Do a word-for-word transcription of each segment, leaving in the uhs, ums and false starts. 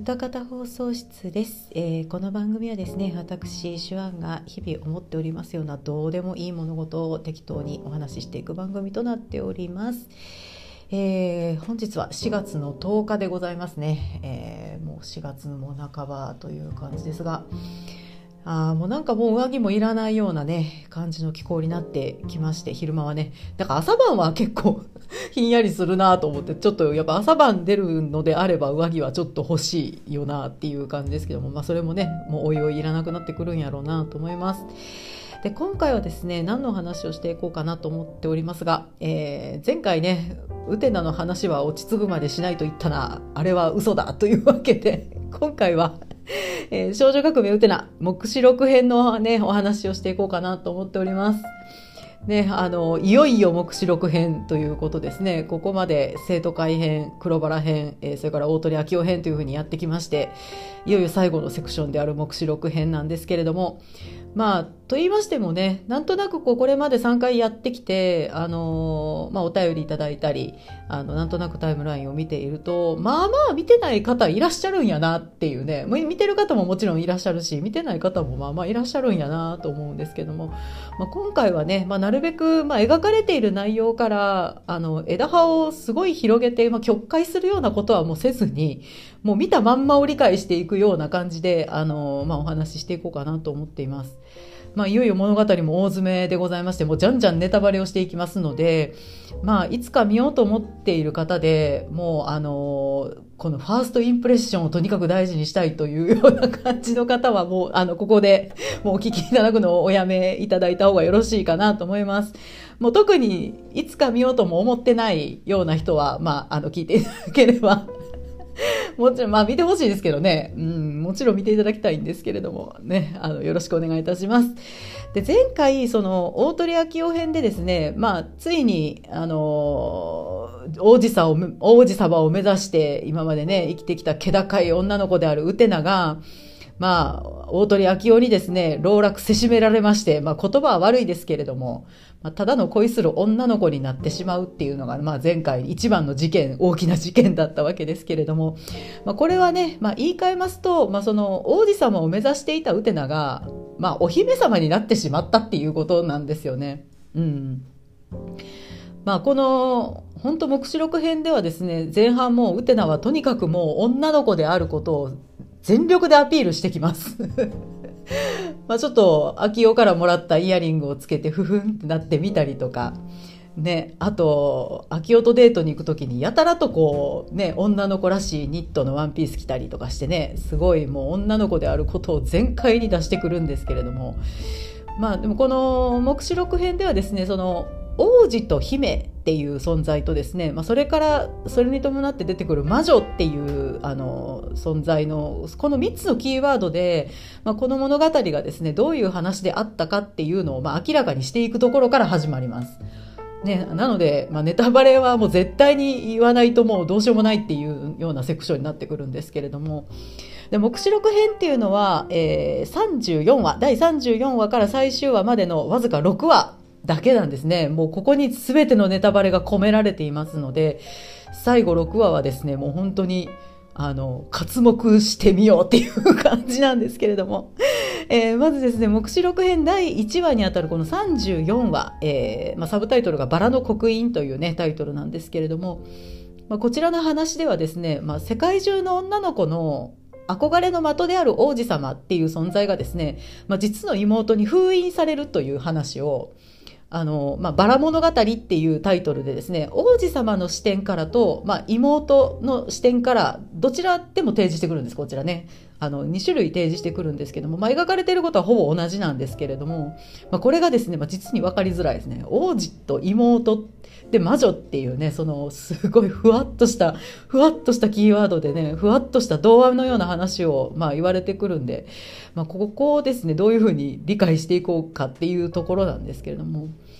歌方放送室です、えー、この番組はですね、私手腕が日々思っておりますようなどうでもいい物事を適当にお話ししていく番組となっております。えー、本日はしがつのとおかでございますね。えー、もうしがつも半ばという感じですが、あーもうなんかもう上着もいらないようなね感じの気候になってきまして、昼間はね、だから朝晩は結構ひんやりするなと思って、ちょっとやっぱ朝晩出るのであれば上着はちょっと欲しいよなっていう感じですけども、まあそれもねもうおいおいいらなくなってくるんやろうなと思います。で、今回はですね、何の話をしていこうかなと思っておりますが、えー、前回ねウテナの話は落ち着くまでしないと言ったな、あれは嘘だというわけで、今回はえー、少女革命ウテナ黙示録編のねお話をしていこうかなと思っております。ね、あのいよいよ黙示録編ということですね。ここまで生徒会編、黒バラ編、えー、それから大鳥明夫編というふうにやってきまして、いよいよ最後のセクションである黙示録編なんですけれども、まあと言いましてもね、なんとなくこうこれまでさんかいやってきて、あのーまあ、お便りいただいたり、あのなんとなくタイムラインを見ていると、まあまあ見てない方いらっしゃるんやなっていうね、見てる方ももちろんいらっしゃるし、見てない方もまあまあいらっしゃるんやなと思うんですけども、まあ、今回はね、まあ、なるべくまあ描かれている内容からあの枝葉をすごい広げて、まあ、曲解するようなことはもうせずに、もう見たまんまを理解していくような感じであの、まあ、お話ししていこうかなと思っています。まあ、いよいよ物語も大詰めでございまして、もうじゃんじゃんネタバレをしていきますので、まあ、いつか見ようと思っている方でもうあのこのファーストインプレッションをとにかく大事にしたいというような感じの方はもうあのここでもうお聞きいただくのをおやめいただいた方がよろしいかなと思います。もう特にいつか見ようとも思ってないような人は、まあ、あの聞いていただければもちろん、まあ見てほしいですけどね。うん、もちろん見ていただきたいんですけれども、ね、あの、よろしくお願いいたします。で、前回、その、大鳥明夫編でですね、まあ、ついに、あの、王子さを、王子様を目指して、今までね、生きてきた気高い女の子であるウテナが、まあ、大鳥明夫にですね、籠絡せしめられまして、まあ言葉は悪いですけれども、まあ、ただの恋する女の子になってしまうっていうのが、まあ前回一番の事件、大きな事件だったわけですけれども、まあこれはね、まあ言い換えますと、まあその王子様を目指していたウテナが、まあお姫様になってしまったっていうことなんですよね。うん。まあこの、本当黙示録編ではですね、前半もうウテナはとにかくもう女の子であることを全力でアピールしてきますまあちょっと秋代からもらったイヤリングをつけてふふんってなってみたりとかね、あと秋代とデートに行く時にやたらとこうね、女の子らしいニットのワンピース着たりとかしてね、すごいもう女の子であることを全開に出してくるんですけれども、まあでもこの黙示録編ではですね、その王子と姫っていう存在とですね、まあ、それからそれに伴って出てくる魔女っていうあの存在のこのみっつのキーワードで、まあ、この物語がですねどういう話であったかっていうのをまあ明らかにしていくところから始まります。ね、なので、まあ、ネタバレはもう絶対に言わないともうどうしようもないっていうようなセクションになってくるんですけれども、で黙示録編っていうのは、えー、さんじゅうよんわだいさんじゅうよんわから最終話までのわずかろくわだけなんですね。もうここに全てのネタバレが込められていますので、最後ろくわはですねもう本当にあの刮目してみようっていう感じなんですけれども、えー、まずですね黙示録編だいいちわにあたるこのさんじゅうよんわ、えーまあ、サブタイトルがバラの刻印というねタイトルなんですけれども、まあ、こちらの話ではですね、まあ、世界中の女の子の憧れの的である王子様っていう存在がですね、まあ、実の妹に封印されるという話をあの、まあ、バラ物語っていうタイトルでですね、王子様の視点からと、まあ、妹の視点からどちらでも提示してくるんです。こちらね、あのにしゅるい提示してくるんですけども、まあ、描かれていることはほぼ同じなんですけれども、まあ、これがですね、まあ、実に分かりづらいですね。王子と妹で魔女っていうね、そのすごいふわっとしたふわっとしたキーワードでね、ふわっとした童話のような話をまあ言われてくるんで、まあ、ここをですねどういうふうに理解していこうかっていうところなんですけれども、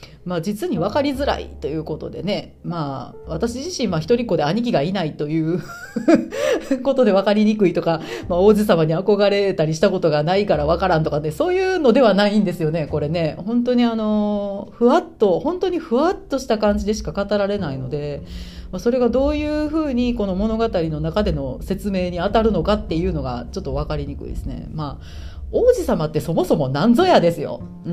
まあ、実に分かりづらいということでね、まあ、私自身、まあ、一人っ子で兄貴がいないということで分かりにくいとか、まあ、王子様に憧れたりしたことがないから分からんとかね、そういうのではないんですよね、これね。本当にあの、ふわっと、本当にふわっとした感じでしか語られないので、まあ、それがどういうふうにこの物語の中での説明に当たるのかっていうのがちょっと分かりにくいですね。まあ、王子様ってそもそも何ぞやですよ。うん。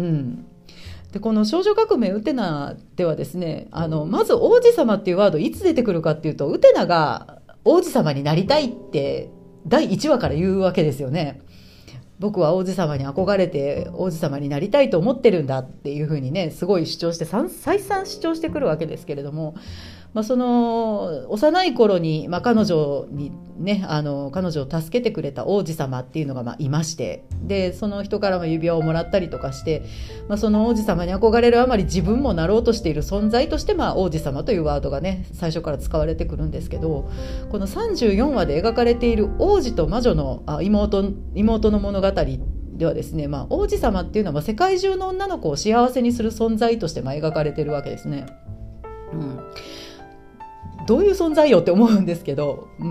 でこの少女革命ウテナではですね、あのまず王子様っていうワードいつ出てくるかっていうと、ウテナが王子様になりたいってだいいちわから言うわけですよね。僕は王子様に憧れて王子様になりたいと思ってるんだっていうふうにね、すごい主張して再三主張してくるわけですけれども、まあ、その幼い頃に、まあ、彼女にね、あの彼女を助けてくれた王子様っていうのがまあいまして、でその人からも指輪をもらったりとかして、まあ、その王子様に憧れるあまり自分もなろうとしている存在として、まあ、王子様というワードがね最初から使われてくるんですけど、このさんじゅうよんわで描かれている王子と魔女のあ 妹, 妹の物語ではですね、まあ、王子様っていうのは世界中の女の子を幸せにする存在としてまあ描かれているわけですね。うんどういう存在よって思うんですけど、うん、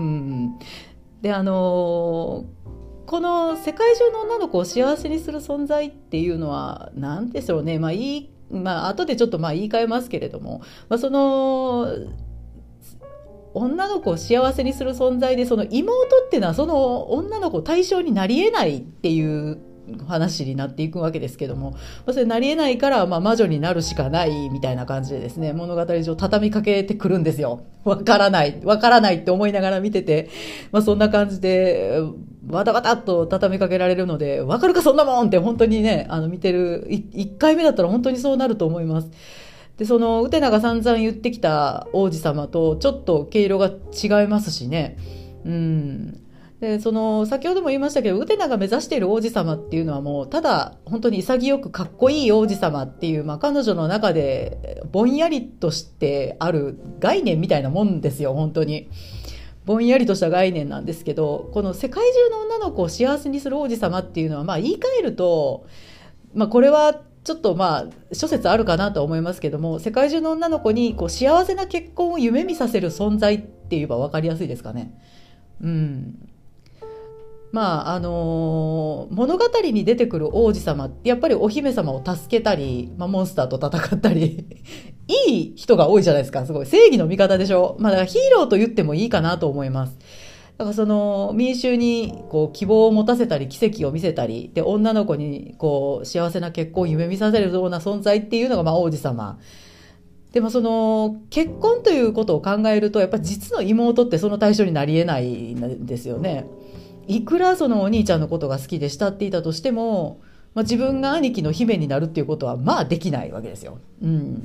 であのー、この世界中の女の子を幸せにする存在っていうのは何でしょうね、まあいい、まあ後でちょっとまあ言い換えますけれども、まあ、その女の子を幸せにする存在で、その妹っていうのはその女の子対象になり得ないっていう話になっていくわけですけども、それなり得ないから、まあ、魔女になるしかないみたいな感じでですね、物語上畳みかけてくるんですよ。わからないわからないって思いながら見てて、まあ、そんな感じでバタバタっと畳みかけられるので、わかるかそんなもんって本当にね、あの見てるいっかいめだったら本当にそうなると思います。でそのウテナが散々言ってきた王子様とちょっと毛色が違いますしね。うんでその先ほども言いましたけど、ウテナが目指している王子様っていうのはもうただ本当に潔くかっこいい王子様っていう、まあ、彼女の中でぼんやりとしてある概念みたいなもんですよ。本当にぼんやりとした概念なんですけど、この世界中の女の子を幸せにする王子様っていうのは、まあ言い換えると、まあ、これはちょっとまあ諸説あるかなと思いますけども、世界中の女の子にこう幸せな結婚を夢見させる存在って言えば分かりやすいですかね。うんまああのー、物語に出てくる王子様ってやっぱりお姫様を助けたり、まあ、モンスターと戦ったりいい人が多いじゃないですか。すごい正義の味方でしょ。まあ、だからヒーローと言ってもいいかなと思います。だからその民衆にこう希望を持たせたり奇跡を見せたりで、女の子にこう幸せな結婚を夢見させるような存在っていうのがまあ王子様でも、その結婚ということを考えるとやっぱり実の妹ってその対象になり得ないんですよね。いくらそのお兄ちゃんのことが好きで慕っていたとしても、まあ、自分が兄貴の姫になるっていうことはまあできないわけですよ。うん、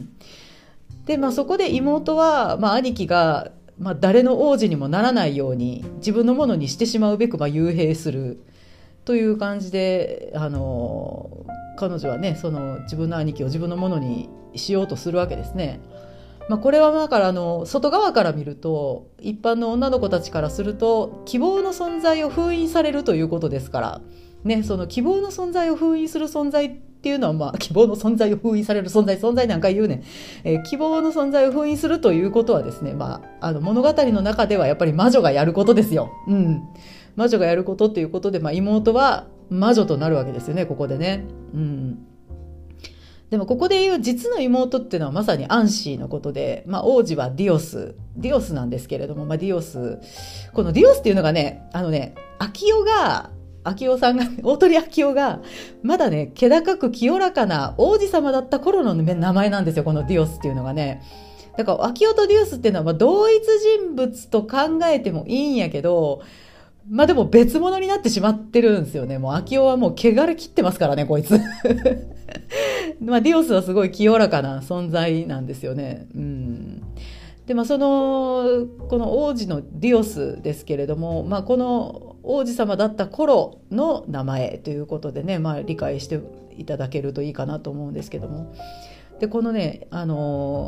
で、まあ、そこで妹は、まあ、兄貴が、まあ、誰の王子にもならないように自分のものにしてしまうべく、まあ、幽閉するという感じで、あの彼女はねその自分の兄貴を自分のものにしようとするわけですね。まあ、これはだからあの外側から見ると、一般の女の子たちからすると希望の存在を封印されるということですから、ね、その希望の存在を封印する存在っていうのは、まあ、希望の存在を封印される存在存在なんか言うね、えー、希望の存在を封印するということはですね、まあ、あの物語の中ではやっぱり魔女がやることですよ。うん、魔女がやることということで、まあ、妹は魔女となるわけですよね、ここでね。うんでもここで言う実の妹っていうのはまさにアンシーのことで、まあ、王子はディオスディオスなんですけれども、まあ、ディオスこのディオスっていうのがね、あのね秋代が秋代さんが大鳥秋代がまだね気高く清らかな王子様だった頃の名前なんですよ、このディオスっていうのがね。だから秋代とディオスっていうのはまあ同一人物と考えてもいいんやけど、まあでも別物になってしまってるんですよね。もう秋代はもう汚れ切ってますからね、こいつまあディオスはすごい清らかな存在なんですよね。うんでまあそのこの王子のディオスですけれども、まあ、この王子様だった頃の名前ということでね、まあ、理解していただけるといいかなと思うんですけども、でこのねあの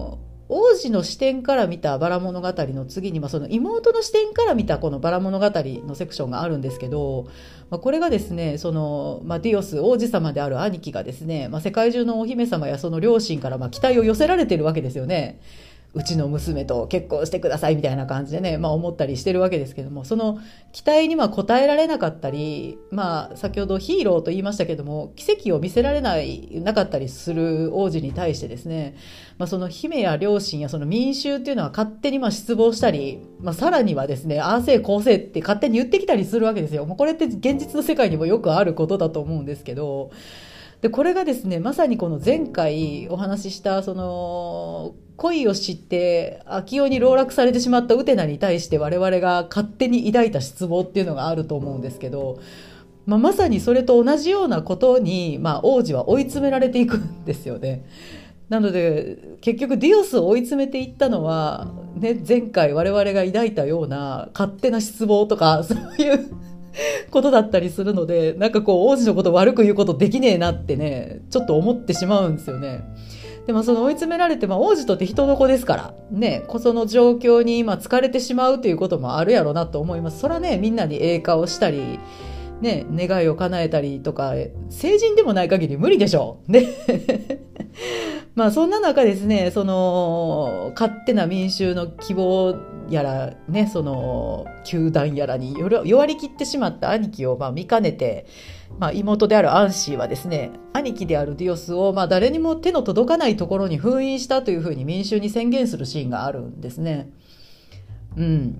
王子の視点から見たバラ物語の次に、まあ、その妹の視点から見たこのバラ物語のセクションがあるんですけど、まあ、これがですねその、まあ、ディオス王子様である兄貴がですね、まあ、世界中のお姫様やその両親からまあ期待を寄せられているわけですよね。うちの娘と結婚してくださいみたいな感じでね、まあ、思ったりしてるわけですけども、その期待には応えられなかったり、まあ、先ほどヒーローと言いましたけども奇跡を見せられないなかったりする王子に対してですね、まあ、その姫や両親やその民衆っていうのは勝手にまあ失望したり、まあ、さらにはですねああせいこうせいって勝手に言ってきたりするわけですよ。もうこれって現実の世界にもよくあることだと思うんですけど、でこれがですねまさにこの前回お話ししたその恋を知って秋代に籠絡されてしまったウテナに対して我々が勝手に抱いた失望っていうのがあると思うんですけど、まあ、まさにそれと同じようなことに、まあ、王子は追い詰められていくんですよね。なので結局ディオスを追い詰めていったのは、ね、前回我々が抱いたような勝手な失望とかそういうことだったりするので、なんかこう王子のこと悪く言うことできねえなってねちょっと思ってしまうんですよね。でもその追い詰められて、まあ、王子とって人の子ですからね、その状況に今疲れてしまうということもあるやろうなと思います。それはねみんなに栄華をしたりね、願いを叶えたりとか成人でもない限り無理でしょうねまあそんな中ですね、その勝手な民衆の希望やらね、その球団やらに弱りきってしまった兄貴をまあ見かねて、まあ、妹であるアンシーはですね兄貴であるディオスをまあ誰にも手の届かないところに封印したというふうに民衆に宣言するシーンがあるんですね。うん、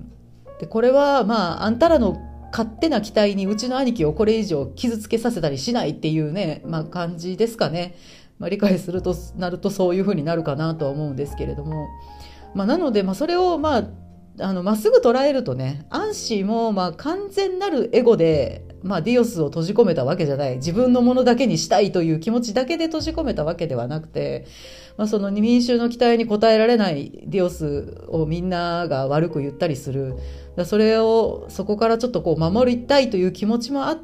でこれはまああんたらの勝手な期待にうちの兄貴をこれ以上傷つけさせたりしないっていうね、まあ、感じですかね。まあ、理解するとなるとそういうふうになるかなとは思うんですけれども、まあ、なのでまあそれをまああのまっすぐ捉えるとね、アンシーもまあ完全なるエゴで、まあ、ディオスを閉じ込めたわけじゃない、自分のものだけにしたいという気持ちだけで閉じ込めたわけではなくて、まあ、その民衆の期待に応えられないディオスをみんなが悪く言ったりする、それをそこからちょっとこう守りたいという気持ちもあって、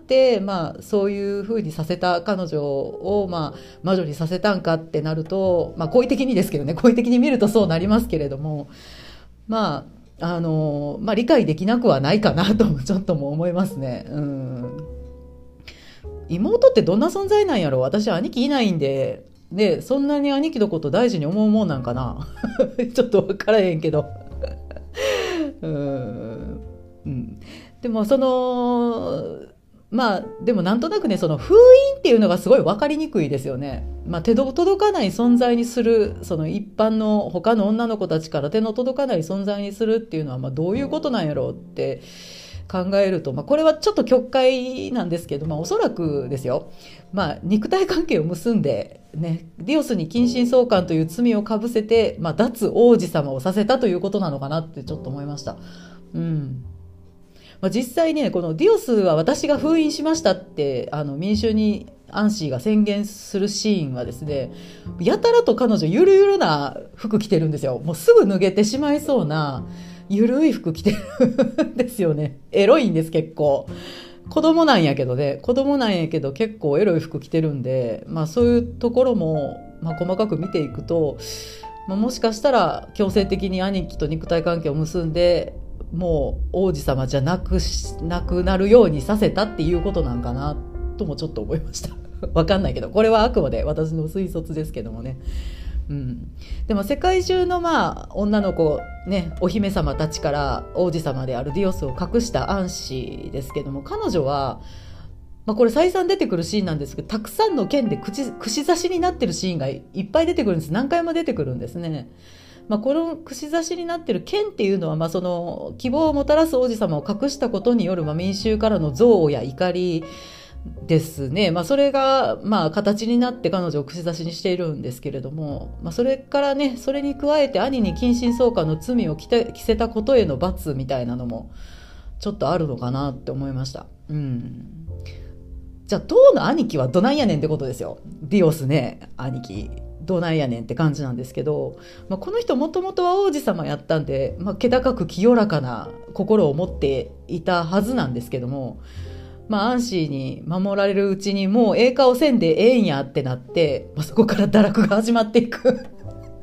まあ、そういうふうにさせた彼女を、まあ、魔女にさせたんかってなると、まあ、好意的にですけどね、好意的に見るとそうなりますけれども、まああのまあ、理解できなくはないかなとちょっとも思いますね。うん、妹ってどんな存在なんやろ。私は兄貴いないんで、でそんなに兄貴のこと大事に思うもんなんかなちょっと分からへんけどうーん、うん、でもそのまあでもなんとなくね、その封印っていうのがすごい分かりにくいですよね。まあ、手の届かない存在にする、その一般の他の女の子たちから手の届かない存在にするっていうのはまあどういうことなんやろうって考えると、まあ、これはちょっと曲解なんですけど、まあ、おそらくですよ、まあ、肉体関係を結んで、ね、ディオスに近親相関という罪をかぶせて、まあ、脱王子様をさせたということなのかなってちょっと思いました。うん、まあ、実際ね、このディオスは私が封印しましたってあの民衆にアンシーが宣言するシーンはですね、やたらと彼女ゆるゆるな服着てるんですよ。もうすぐ脱げてしまいそうなゆるい服着てるんですよね。エロいんです、結構。子供なんやけどね、子供なんやけど結構エロい服着てるんで、まあそういうところも、まあ、細かく見ていくと、まあ、もしかしたら強制的に兄貴と肉体関係を結んで、もう王子様じゃなくし、なくなるようにさせたっていうことなんかなともちょっと思いました。わかんないけど、これはあくまで私の推測ですけどもね。うん、でも世界中のまあ女の子ね、お姫様たちから王子様であるディオスを隠したアンシーですけども、彼女は、まあ、これ再三出てくるシーンなんですけど、たくさんの剣で串、串刺しになってるシーンがいっぱい出てくるんです。何回も出てくるんですね。まあ、この串刺しになってる剣っていうのは、まあ、その希望をもたらす王子様を隠したことによるまあ民衆からの憎悪や怒りですね。まあ、それがまあ形になって彼女を串刺しにしているんですけれども、まあ、それからね、それに加えて兄に近親相関の罪を着て着せたことへの罰みたいなのもちょっとあるのかなって思いました。うん、じゃあ当の兄貴はどないやねんってことですよ。ディオスね、兄貴どないやねんって感じなんですけど、まあ、この人もともとは王子様やったんで、まあ、気高く清らかな心を持っていたはずなんですけども、まあ、アンシーに守られるうちにもうええ顔せんでええんやってなって、まあ、そこから堕落が始まっていく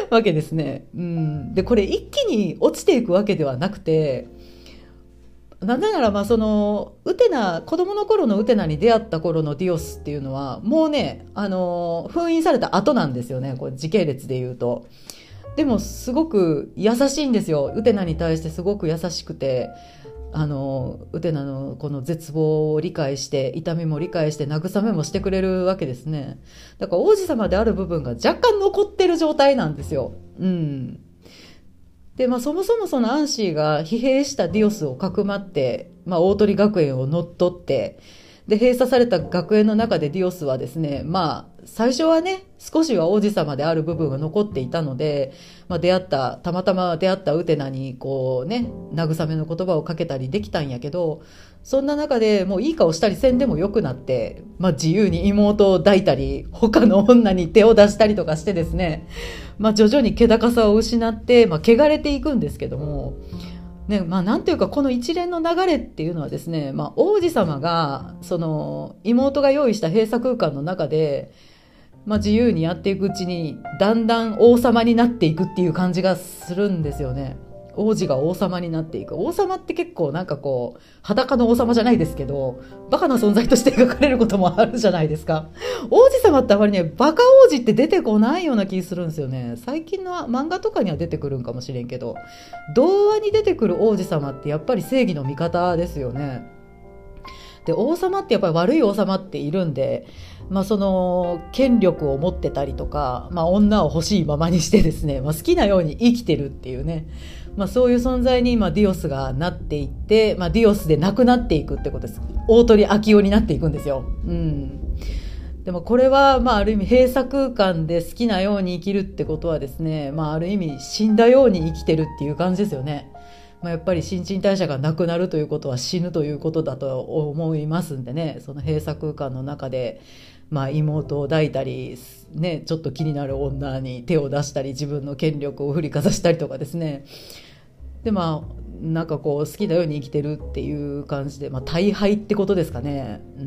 わけですね。うん、でこれ一気に落ちていくわけではなくて、なぜならまあそのウテナ子供の頃のウテナに出会った頃のディオスっていうのはもうね、あの封印された後なんですよね、これ時系列で言うと。でもすごく優しいんですよ。ウテナに対してすごく優しくて、あのウテナのこの絶望を理解して痛みも理解して慰めもしてくれるわけですね。だから王子様である部分が若干残ってる状態なんですよ。うんでまあ、そもそもそのアンシーが疲弊したディオスをかくまって、まあ、大鳥学園を乗っ取ってで閉鎖された学園の中でディオスはですね、まあ最初はね少しは王子様である部分が残っていたので、まあ、出会ったたまたま出会ったウテナにこうね慰めの言葉をかけたりできたんやけど、そんな中でもういい顔したりせんでもよくなって、まあ、自由に妹を抱いたり他の女に手を出したりとかしてですね、まあ、徐々に気高さを失って、まあ、汚れていくんですけども、ねまあ、なんていうかこの一連の流れっていうのはですね、まあ、王子様がその妹が用意した閉鎖空間の中で、まあ、自由にやっていくうちにだんだん王様になっていくっていう感じがするんですよね。王子が王様になっていく。王様って結構なんかこう裸の王様じゃないですけどバカな存在として描かれることもあるじゃないですか。王子様ってあまりねバカ王子って出てこないような気するんですよね。最近の漫画とかには出てくるんかもしれんけど、童話に出てくる王子様ってやっぱり正義の味方ですよね。で王様ってやっぱり悪い王様っているんで、まあ、その権力を持ってたりとか、まあ、女を欲しいままにしてですね、まあ、好きなように生きてるっていうね、まあ、そういう存在に今ディオスがなっていって、まあ、ディオスでなくなっていくってことです。大鳥秋夫になっていくんですよ。うんでもこれはまあある意味閉鎖空間で好きなように生きるってことはですね、まあ、ある意味死んだように生きてるっていう感じですよね。まあ、やっぱり新陳代謝がなくなるということは死ぬということだと思いますんでね、その閉鎖空間の中で、まあ、妹を抱いたり、ね、ちょっと気になる女に手を出したり自分の権力を振りかざしたりとかですね、でまあなんかこう好きなように生きてるっていう感じで、まあ、大敗ってことですかね、うん、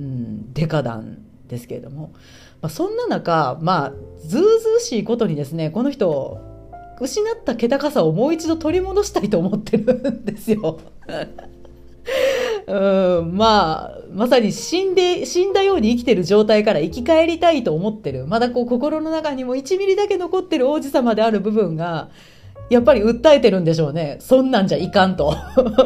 デカダンですけれども、まあ、そんな中、まあ、ずうずうしいことにですねこの人失った気高さをもう一度取り戻したいと思ってるんですよ。うんまあまさに死んで死んだように生きてる状態から生き返りたいと思ってる、まだこう心の中にもいちミリだけ残ってる王子様である部分がやっぱり訴えてるんでしょうね。そんなんじゃいかんと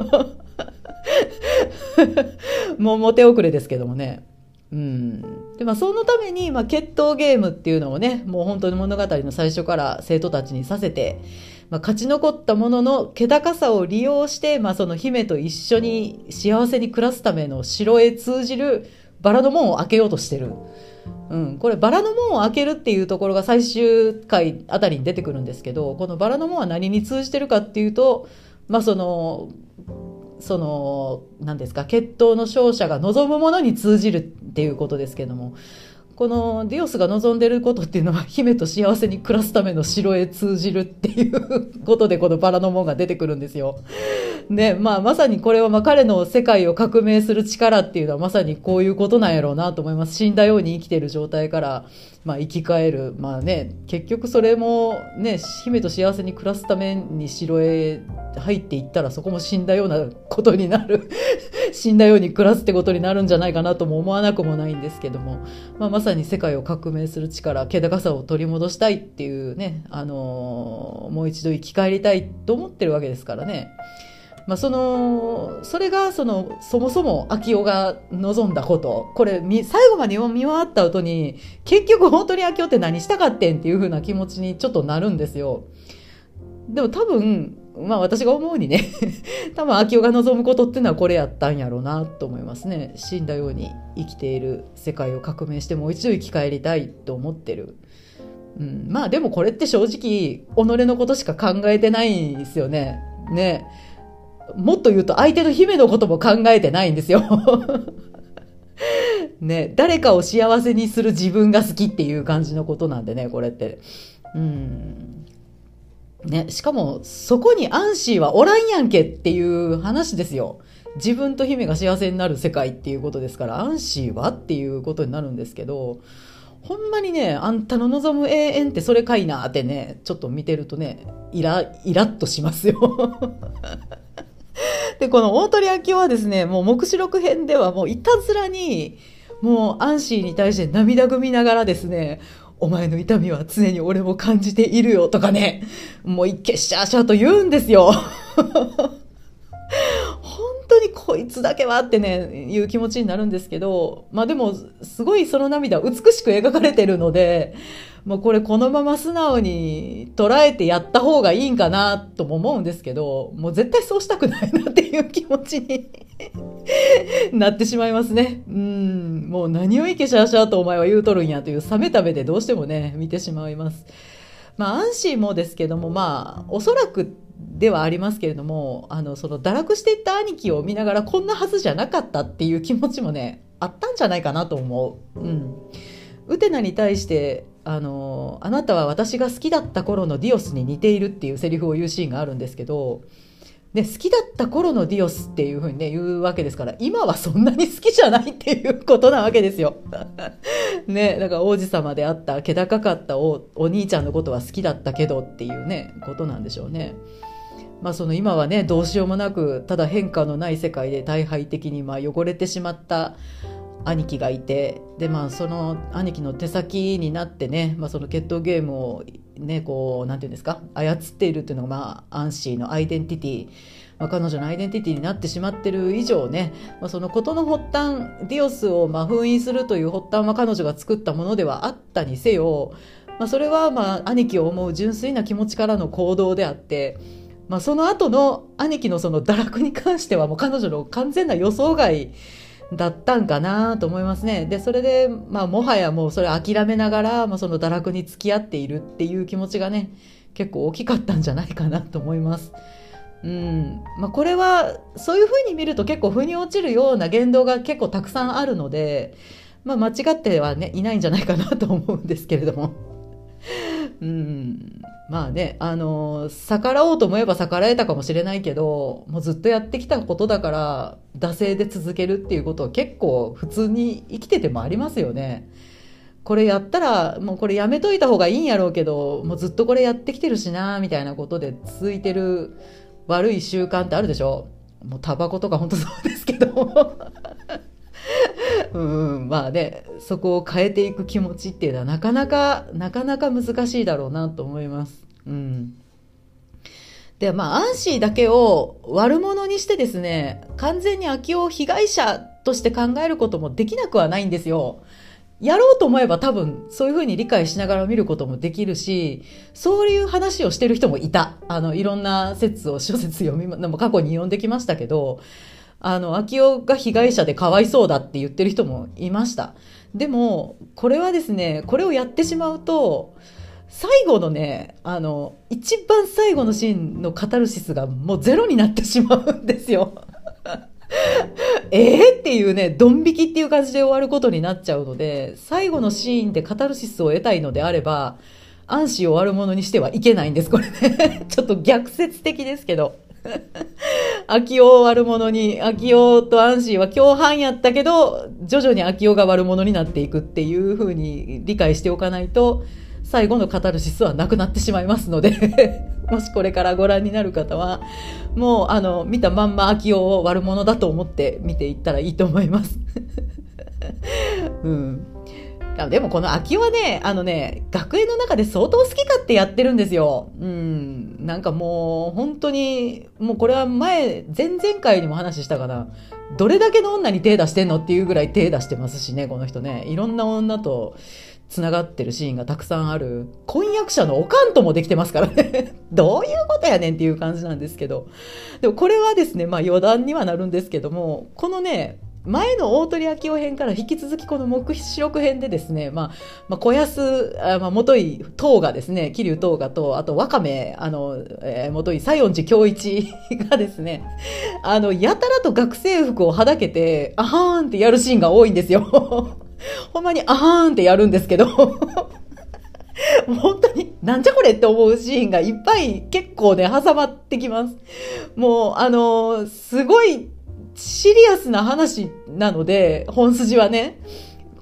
もうモテ遅れですけどもね。うんでまあ、そのために、まあ、決闘ゲームっていうのをねもう本当に物語の最初から生徒たちにさせて、まあ、勝ち残ったものの気高さを利用して、まあ、その姫と一緒に幸せに暮らすための城へ通じるバラの門を開けようとしてる、うん、これバラの門を開けるっていうところが最終回あたりに出てくるんですけど、このバラの門は何に通じてるかっていうと、まあそのその何ですか決闘の勝者が望むものに通じるっていうことですけども、このディオスが望んでることっていうのは姫と幸せに暮らすための城へ通じるっていうことでこのバラの門が出てくるんですよ。で、まあ、まさにこれはまあ彼の世界を革命する力っていうのはまさにこういうことなんやろうなと思います。死んだように生きている状態からまあ生き返る、まあね、結局それもね姫と幸せに暮らすために城へ入っていったらそこも死んだようなことになる死んだように暮らすってことになるんじゃないかなとも思わなくもないんですけども、まあ、まさに世界を革命する力気高さを取り戻したいっていうね、あのー、もう一度生き返りたいと思ってるわけですからね。まあ、そのそれがそのそもそも秋夫が望んだこと、これ最後まで見終わった後に結局本当に秋夫って何したかってんっていう風な気持ちにちょっとなるんですよ。でも多分まあ私が思うにね多分秋夫が望むことっていうのはこれやったんやろうなと思いますね。死んだように生きている世界を革命してもう一度生き返りたいと思ってる、うん、まあでもこれって正直己のことしか考えてないですよね。ね、もっと言うと相手の姫のことも考えてないんですよね、誰かを幸せにする自分が好きっていう感じのことなんでね、これって、うんね、しかもそこにアンシーはおらんやんけっていう話ですよ。自分と姫が幸せになる世界っていうことですからアンシーはっていうことになるんですけど、 ほんまにね、あんたの望む永遠ってそれかいなってね、ちょっと見てるとね、イラ、イラッとしますよ。で、この大鳥明夫はですね、もう目視録編ではもういたずらに、もうアンシーに対して涙ぐみながらですね、お前の痛みは常に俺も感じているよとかね、もう一気シャーシャーと言うんですよ。本当にこいつだけはってね、いう気持ちになるんですけど、まあでも、すごいその涙美しく描かれてるので、もうこれこのまま素直に捉えてやった方がいいんかなとも思うんですけど、もう絶対そうしたくないなっていう気持ちになってしまいますね。うん、もう何をいけシャーシャーとお前は言うとるんやという冷めた目でどうしてもね、見てしまいます。まあ、アンシーもですけども、まあ、おそらくではありますけれども、あの、その堕落していった兄貴を見ながらこんなはずじゃなかったっていう気持ちもね、あったんじゃないかなと思う。うん。ウテナに対して、あの、あなたは私が好きだった頃のディオスに似ているっていうセリフを言うシーンがあるんですけど、ね、好きだった頃のディオスっていうふうにね、言うわけですから、今はそんなに好きじゃないっていうことなわけですよ。ね、だから王子様であった気高かった お, お兄ちゃんのことは好きだったけどっていうね、ことなんでしょうね。まあその今はね、どうしようもなく、ただ変化のない世界で大敗的にまあ汚れてしまった兄貴がいて、でまあその兄貴の手先になってね、まあその決闘ゲームをね、こうなんていうんですか、操っているっていうのがまあアンシーのアイデンティティ、まあ、彼女のアイデンティティになってしまってる以上ね、まあ、そのことの発端、ディオスをまあ封印するという発端は彼女が作ったものではあったにせよ、まあ、それはまあ兄貴を思う純粋な気持ちからの行動であって、まあ、その後の兄貴のその堕落に関してはもう彼女の完全な予想外だったんかなと思いますね。で、それで、まあ、もはやもうそれ諦めながら、まあ、その堕落に付き合っているっていう気持ちがね、結構大きかったんじゃないかなと思います。うん。まあ、これは、そういう風に見ると結構腑に落ちるような言動が結構たくさんあるので、まあ、間違ってはね、いないんじゃないかなと思うんですけれども。うん、まあね、あの逆らおうと思えば逆らえたかもしれないけど、もうずっとやってきたことだから惰性で続けるっていうことは結構普通に生きててもありますよね。これやったらもうこれやめといた方がいいんやろうけど、もうずっとこれやってきてるしなみたいなことで続いてる悪い習慣ってあるでしょ。もうタバコとか本当そうですけどうん、まあね、そこを変えていく気持ちっていうのはなかなかなかなか難しいだろうなと思います。うん。で、まあアンシーだけを悪者にしてですね、完全に秋夫を被害者として考えることもできなくはないんですよ。やろうと思えば多分そういうふうに理解しながら見ることもできるし、そういう話をしてる人もいた。あのいろんな説を諸説読みでも過去に読んできましたけど、あの、秋夫が被害者でかわいそうだって言ってる人もいました。でも、これはですね、これをやってしまうと、最後のね、あの、一番最後のシーンのカタルシスがもうゼロになってしまうんですよ。えーっていうね、ドン引きっていう感じで終わることになっちゃうので、最後のシーンでカタルシスを得たいのであれば、アンシーを悪者にしてはいけないんです、これね。ちょっと逆説的ですけど。秋夫を悪者に、秋夫とアンシーは共犯やったけど、徐々に秋夫が悪者になっていくっていう風に理解しておかないと、最後のカタルシスはなくなってしまいますので、もしこれからご覧になる方は、もうあの、見たまんま秋夫を悪者だと思って見ていったらいいと思います。うん。でもこの秋夫はね、あのね、学園の中で相当好き勝手やってるんですよ。うん。なんかもう、本当に、もうこれは前、前々回にも話したかな。どれだけの女に手出してんのっていうぐらい手出してますしね、この人ね。いろんな女と繋がってるシーンがたくさんある。婚約者のおかんともできてますからね。どういうことやねんっていう感じなんですけど。でもこれはですね、まあ余談にはなるんですけども、このね、前の大鳥秋夫編から引き続きこの目視録編でですね、まあ、まあ、小安、あまあ、元井東賀ですね、桐生東賀と、あと、ワカメ、あの、えー、元井西園寺恭一がですね、あの、やたらと学生服をはだけて、あはーんってやるシーンが多いんですよ。ほんまにあはーんってやるんですけど、本当に、なんじゃこれって思うシーンがいっぱい結構ね、挟まってきます。もう、あの、すごい、シリアスな話なので、本筋はね、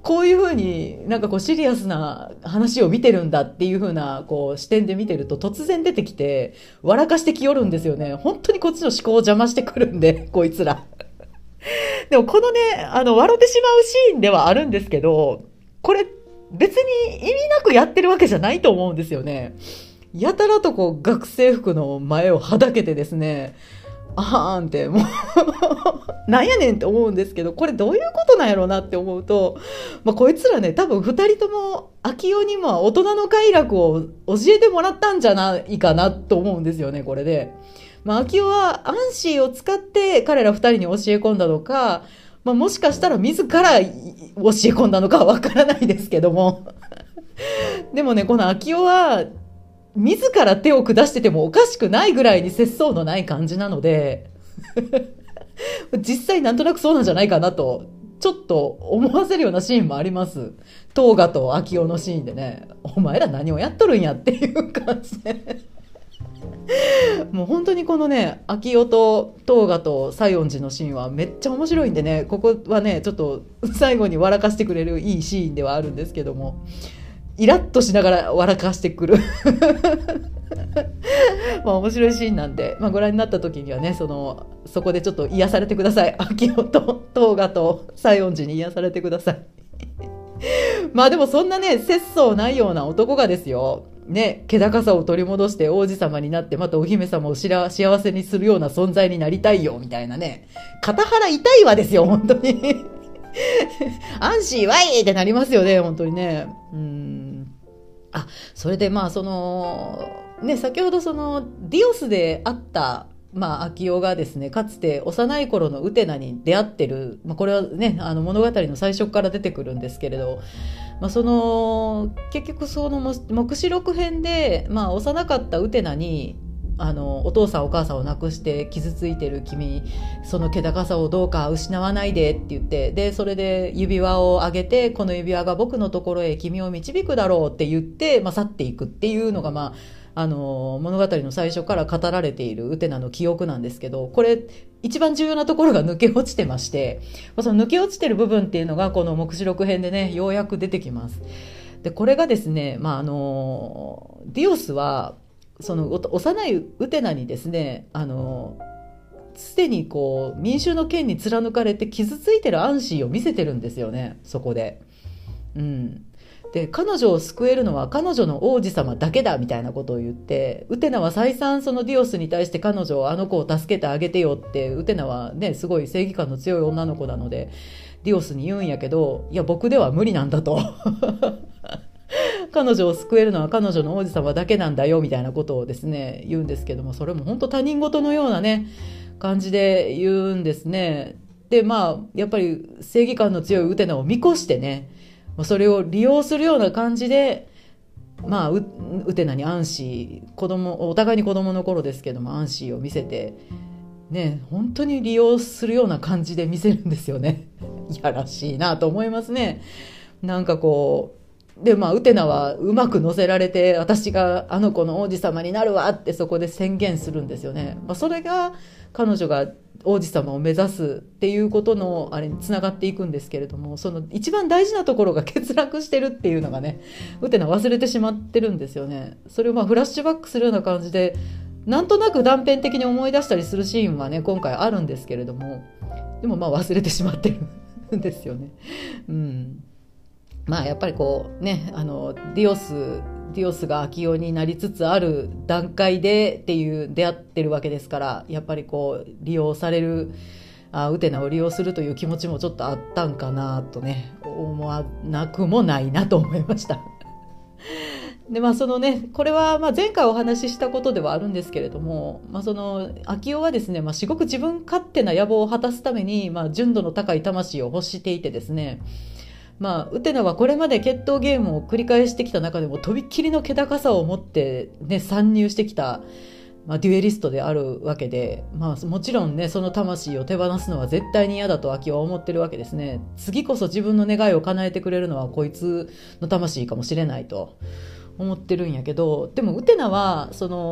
こういうふうになんかこうシリアスな話を見てるんだっていうふうなこう視点で見てると突然出てきて笑かしてきよるんですよね。本当にこっちの思考を邪魔してくるんで、こいつら。でもこのね、あの、笑ってしまうシーンではあるんですけど、これ別に意味なくやってるわけじゃないと思うんですよね。やたらとこう学生服の前をはだけてですね、あーんってもうなんやねんって思うんですけど、これどういうことなんやろうなって思うと、まあ、こいつらね、多分ふたりとも秋代にも大人の快楽を教えてもらったんじゃないかなと思うんですよね、これで。まあ、秋代はアンシーを使って彼らふたりに教え込んだのか、まあ、もしかしたら自ら教え込んだのかはわからないですけどもでもね、この秋代は自ら手を下しててもおかしくないぐらいに節操のない感じなので実際なんとなくそうなんじゃないかなとちょっと思わせるようなシーンもあります。トーガと秋代のシーンでね、お前ら何をやっとるんやっていう感じでもう本当にこのね、秋代とトーガと西園寺のシーンはめっちゃ面白いんでね、ここはねちょっと最後に笑かしてくれるいいシーンではあるんですけども、イラッとしながら笑かしてくるまあ面白いシーンなんで、まあ、ご覧になった時にはね、そのそこでちょっと癒されてください。秋代とトーガと西園寺に癒されてくださいまあでもそんなね、節操ないような男がですよね、気高さを取り戻して王子様になってまたお姫様をしら幸せにするような存在になりたいよみたいなね、肩腹痛いわですよ本当にアンシーワイってなりますよね、本当にね。うん。あ、それでまあそのね、先ほどそのディオスであったまあ秋代がですね、かつて幼い頃のウテナに出会ってる、まあ、これはね、あの物語の最初から出てくるんですけれど、まあ、その結局その黙示録編で、まあ、幼かったウテナにあのお父さんお母さんを亡くして傷ついてる君、その気高さをどうか失わないでって言って、でそれで指輪を上げて、この指輪が僕のところへ君を導くだろうって言って、まあ、去っていくっていうのが、まあ、あの物語の最初から語られているウテナの記憶なんですけど、これ一番重要なところが抜け落ちてまして、その抜け落ちてる部分っていうのがこの黙示録編でね、ようやく出てきます。でこれがですね、まあ、あのディオスはその幼いウテナにですね、あのすでにこう民衆の権に貫かれて傷ついてるアンシーを見せてるんですよね、そこで。うん、で彼女を救えるのは彼女の王子様だけだみたいなことを言って、ウテナは再三そのディオスに対して彼女をあの子を助けてあげてよって、ウテナはねすごい正義感の強い女の子なのでディオスに言うんやけど、いや僕では無理なんだと彼女を救えるのは彼女の王子様だけなんだよみたいなことをですね言うんですけども、それも本当他人事のようなね感じで言うんですね。でまあやっぱり正義感の強いウテナを見越してね、それを利用するような感じで、まあ ウ, ウテナにアンシー、子供お互いに子供の頃ですけどもアンシーを見せてね、本当に利用するような感じで見せるんですよね。いやらしいなと思いますね。なんかこうで、まあ、ウテナはうまく乗せられて、私があの子の王子様になるわってそこで宣言するんですよね。まあ、それが彼女が王子様を目指すっていうことのあれにつながっていくんですけれども、その一番大事なところが欠落してるっていうのがね、ウテナ忘れてしまってるんですよね。それをまあフラッシュバックするような感じで、なんとなく断片的に思い出したりするシーンはね今回あるんですけれども、でもまあ忘れてしまってるんですよね。うん。まあやっぱりこうね、あのディオスディオスが秋代になりつつある段階でっていう出会ってるわけですから、やっぱりこう利用される、あウテナを利用するという気持ちもちょっとあったんかなとね思わなくもないなと思いました。でまあそのね、これはまあ前回お話ししたことではあるんですけれども、まあ、その秋代はですね、まあ、至極自分勝手な野望を果たすために、まあ、純度の高い魂を欲していてですね、まあ、ウテナはこれまで決闘ゲームを繰り返してきた中でもとびっきりの気高さを持って、ね、参入してきた、まあ、デュエリストであるわけで、まあ、もちろんねその魂を手放すのは絶対に嫌だと秋代は思ってるわけですね。次こそ自分の願いを叶えてくれるのはこいつの魂かもしれないと思ってるんやけど、でもウテナはその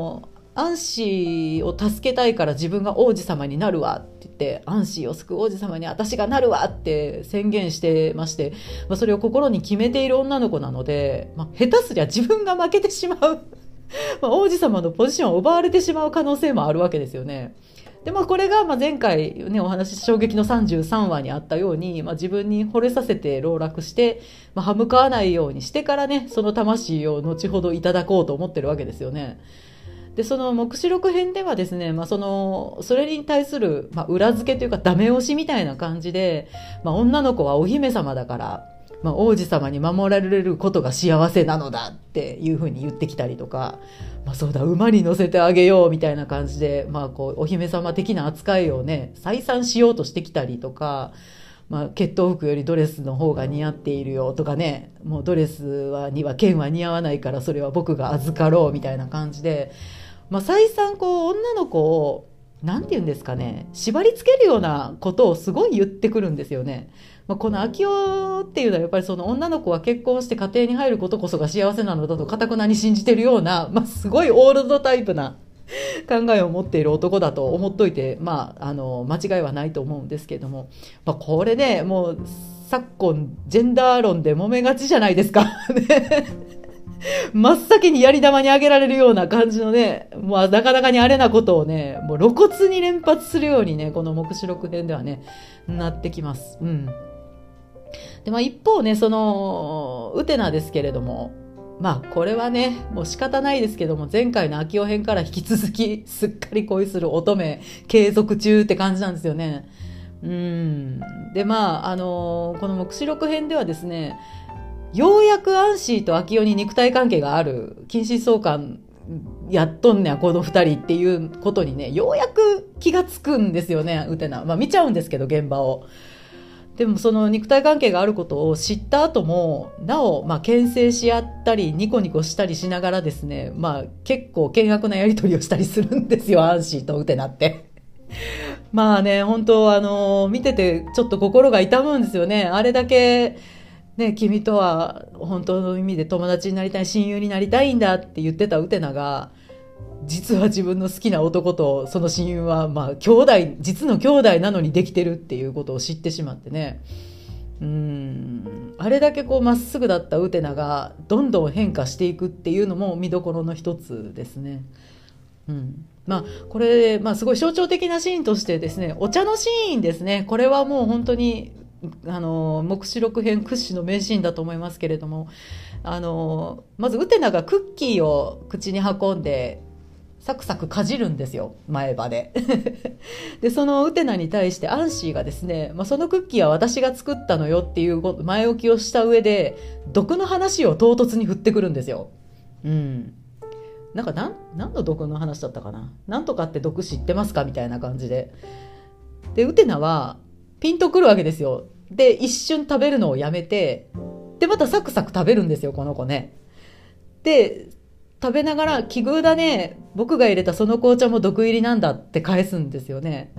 アンシーを助けたいから自分が王子様になるわって言って、アンシーを救う王子様に私がなるわって宣言してまして、まあ、それを心に決めている女の子なので、まあ、下手すりゃ自分が負けてしまうまあ王子様のポジションを奪われてしまう可能性もあるわけですよね。で、まあ、これがまあ前回、ね、お話衝撃のさんじゅうさんわにあったように、まあ、自分に惚れさせて籠絡して、まあ、歯向かわないようにしてからね、その魂を後ほどいただこうと思ってるわけですよね。で、その黙示録編ではですね、まあ、そのそれに対する、まあ、裏付けというかダメ押しみたいな感じで、まあ、女の子はお姫様だから、まあ、王子様に守られることが幸せなのだっていうふうに言ってきたりとか、まあ、そうだ馬に乗せてあげようみたいな感じで、まあ、こうお姫様的な扱いをね再三しようとしてきたりとか、まあ、血統服よりドレスの方が似合っているよとかね、もうドレスはには剣は似合わないからそれは僕が預かろうみたいな感じで、まあ、再三こう女の子をなんて言うんですかね、縛り付けるようなことをすごい言ってくるんですよね。まあ、この秋代っていうのはやっぱりその女の子は結婚して家庭に入ることこそが幸せなのだと堅くなに信じてるような、まあ、すごいオールドタイプな考えを持っている男だと思っといて、まあ、あの間違いはないと思うんですけれども、まあ、これねもう昨今ジェンダー論で揉めがちじゃないですかね真っ先にやり玉にあげられるような感じのね、まあ、なかなかにあれなことをねもう露骨に連発するようにねこの黙示録編ではねなってきます。うんでまあ、一方ねそのウテナですけれども、まあこれはねもう仕方ないですけども、前回の秋代編から引き続きすっかり恋する乙女継続中って感じなんですよね。うんでまああのこの黙示録編ではですね、ようやくアンシーと秋代に肉体関係がある、近親相関やっとんねんこのふたりっていうことにねようやく気がつくんですよねウテナ。まあ見ちゃうんですけど現場を。でもその肉体関係があることを知った後もなお、まあ、牽制し合ったりニコニコしたりしながらですね、まあ、結構険悪なやり取りをしたりするんですよアンシーとウテナってまあね本当あの見ててちょっと心が痛むんですよね。あれだけね君とは本当の意味で友達になりたい親友になりたいんだって言ってたウテナが、実は自分の好きな男とその親友はまあ兄弟実の兄弟なのにできてるっていうことを知ってしまってね、うーんあれだけこうまっすぐだったウテナがどんどん変化していくっていうのも見どころの一つですね。うんまあ、これ、まあ、すごい象徴的なシーンとしてですね、お茶のシーンですね。これはもう本当にあの黙示録編屈指の名シーンだと思いますけれども、あのまずウテナがクッキーを口に運んでサクサクかじるんですよ前歯ででそのウテナに対してアンシーがですね、まあ、そのクッキーは私が作ったのよっていう前置きをした上で毒の話を唐突に振ってくるんですよ。うんなんか何何の毒の話だったかな、なんとかって毒知ってますかみたいな感じで、でウテナはピンとくるわけですよ。で一瞬食べるのをやめて、でまたサクサク食べるんですよこの子ね。で食べながら奇遇だね、僕が入れたその紅茶も毒入りなんだって返すんですよね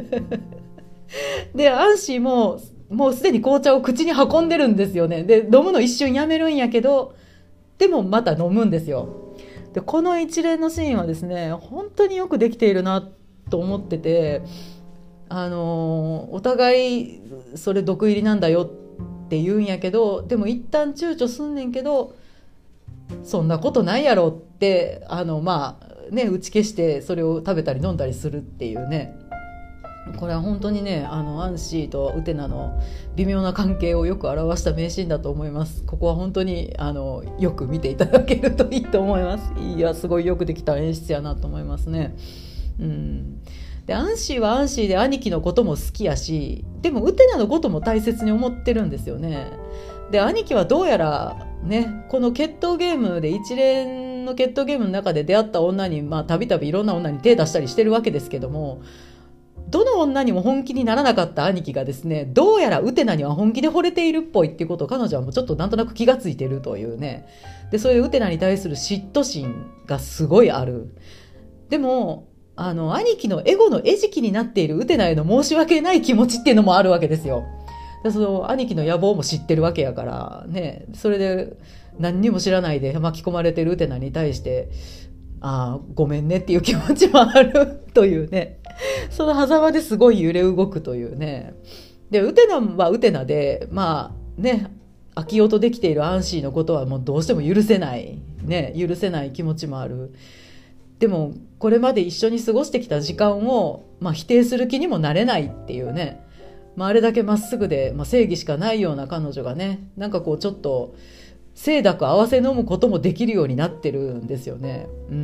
でアンシーももうすでに紅茶を口に運んでるんですよね。で飲むの一瞬やめるんやけどでもまた飲むんですよ。でこの一連のシーンはですね本当によくできているなと思ってて、あのお互いそれ毒入りなんだよって言うんやけど、でも一旦躊躇すんねんけどそんなことないやろってあのまあね打ち消してそれを食べたり飲んだりするっていうね、これは本当にねあのアンシーとウテナの微妙な関係をよく表した名シーンだと思います。ここは本当にあのよく見ていただけるといいと思います。いやすごいよくできた演出やなと思いますね。うんでアンシーはアンシーで兄貴のことも好きやし、でもウテナのことも大切に思ってるんですよね。で兄貴はどうやらねこの決闘ゲームで一連の決闘ゲームの中で出会った女にまあたびたびいろんな女に手出したりしてるわけですけども、どの女にも本気にならなかった兄貴がですねどうやらウテナには本気で惚れているっぽいっていうことを彼女はもうちょっとなんとなく気がついているというね。でそういうウテナに対する嫉妬心がすごいある。でもあの兄貴のエゴの餌食になっているウテナへの申し訳ない気持ちっていうのもあるわけですよ。でその兄貴の野望も知ってるわけやからね、それで何にも知らないで巻き込まれてるウテナに対してあーごめんねっていう気持ちもあるというね、その狭間ですごい揺れ動くというね。でウテナはウテナでまあね、飽きようとできているアンシーのことはもうどうしても許せないね、許せない気持ちもある。でもこれまで一緒に過ごしてきた時間を、まあ、否定する気にもなれないっていうね、まあ、あれだけまっすぐで、まあ、正義しかないような彼女がね、なんかこうちょっと清濁合わせ飲むこともできるようになってるんですよね。うん、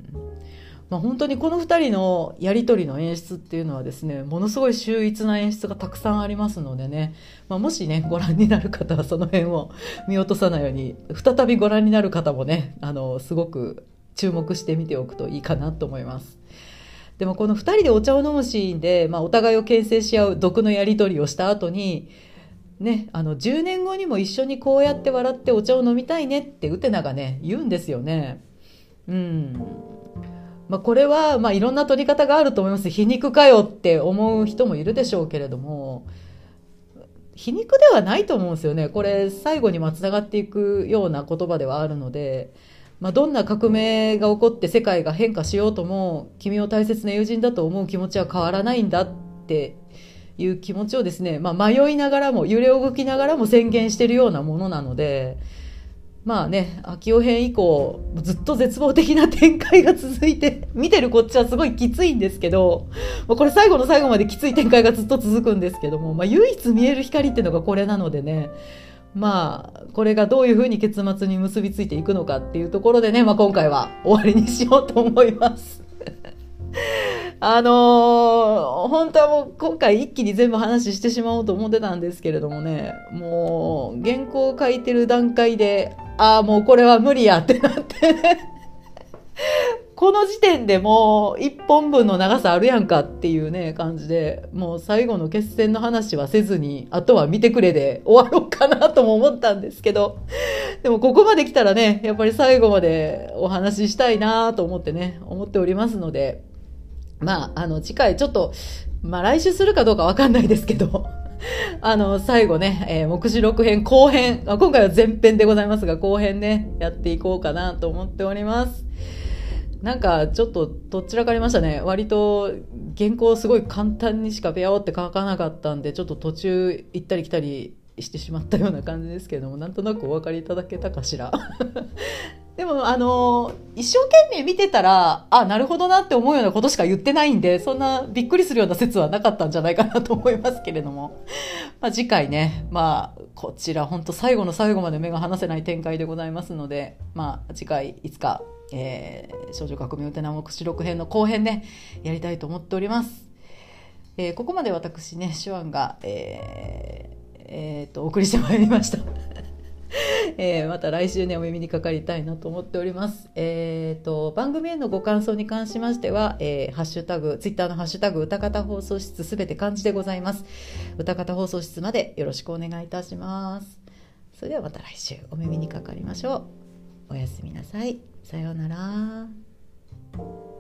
まあ、本当にこのふたりのやり取りの演出っていうのはですね、ものすごい秀逸な演出がたくさんありますのでね、まあ、もしねご覧になる方はその辺を見落とさないように、再びご覧になる方もね、あのすごく注目してみておくといいかなと思います。でもこのふたりでお茶を飲むシーンで、まあ、お互いを牽制し合う毒のやり取りをした後にね、あのじゅうねんごにも一緒にこうやって笑ってお茶を飲みたいねってウテナがね言うんですよね。うんまあ、これはまあいろんな取り方があると思います。皮肉かよって思う人もいるでしょうけれども、皮肉ではないと思うんですよね。これ最後にまつながっていくような言葉ではあるので、まあ、どんな革命が起こって世界が変化しようとも君を大切な友人だと思う気持ちは変わらないんだっていう気持ちをですね、まあ、迷いながらも揺れ動きながらも宣言しているようなものなので、まあね、秋代編以降ずっと絶望的な展開が続いて、見てるこっちはすごいきついんですけど、まあ、これ最後の最後まできつい展開がずっと続くんですけども、まあ、唯一見える光っていうのがこれなのでね、まあこれがどういうふうに結末に結びついていくのかっていうところでね、まあ、今回は終わりにしようと思いますあのー、本当はもう今回一気に全部話してしまおうと思ってたんですけれどもね、もう原稿を書いてる段階でああもうこれは無理やってなってねこの時点でもういっぽんぶんの長さあるやんかっていうね感じで、もう最後の決戦の話はせずにあとは見てくれで終わろうかなとも思ったんですけど、でもここまで来たらねやっぱり最後までお話ししたいなと思ってね思っておりますので、まああの次回ちょっと、まあ、来週するかどうかわかんないですけどあの最後ね、えー、目次録編後編、今回は前編でございますが後編ねやっていこうかなと思っております。なんかちょっとどっちらかりましたね。割と原稿すごい簡単にしかペアオって書かなかったんで、ちょっと途中行ったり来たりしてしまったような感じですけれども、なんとなくお分かりいただけたかしらでもあの一生懸命見てたらあなるほどなって思うようなことしか言ってないんで、そんなびっくりするような説はなかったんじゃないかなと思いますけれども、まあ、次回ね、まあこちら本当最後の最後まで目が離せない展開でございますので、まあ次回いつかえー、少女革命ウテナ目視録編の後編ねやりたいと思っております。えー、ここまで私ね手腕が、えーえー、とお送りしてまいりました、えー、また来週ねお耳にかかりたいなと思っております。えー、と番組へのご感想に関しましては、えー、ハッシュタグツイッターのハッシュタグ歌方放送室すべて漢字でございます。歌方放送室までよろしくお願いいたします。それではまた来週お耳にかかりましょう。おやすみなさい。さようなら。